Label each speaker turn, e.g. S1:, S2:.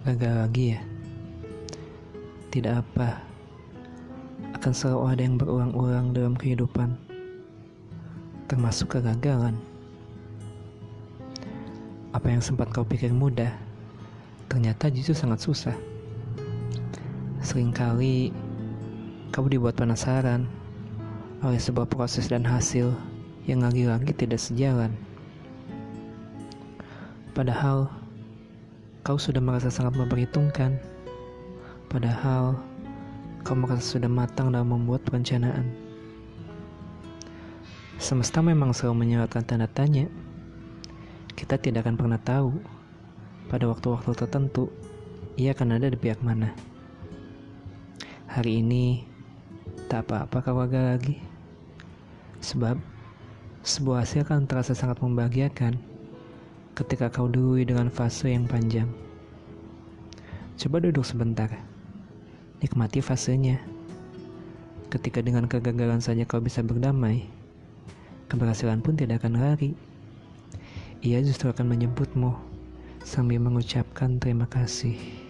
S1: Gagal lagi ya? Tidak apa, akan selalu ada yang berulang-ulang dalam kehidupan, termasuk kegagalan. Apa yang sempat kau pikir mudah, ternyata justru sangat susah. Seringkali kau dibuat penasaran oleh sebuah proses dan hasil yang lagi-lagi tidak sejalan. Padahal kau sudah merasa sangat memperhitungkan. Padahal kau merasa sudah matang dalam membuat perencanaan. Semesta memang selalu menyematkan tanda tanya. Kita tidak akan pernah tahu pada waktu-waktu tertentu ia akan ada di pihak mana. Hari ini tak apa-apa kau gagal lagi. Sebab sebuah hasil akan terasa sangat membahagiakan ketika kau dului dengan fase yang panjang. Coba duduk sebentar, nikmati fasenya. Ketika dengan kegagalan saja kau bisa berdamai, keberhasilan pun tidak akan lari. Ia justru akan menjemputmu sambil mengucapkan terima kasih.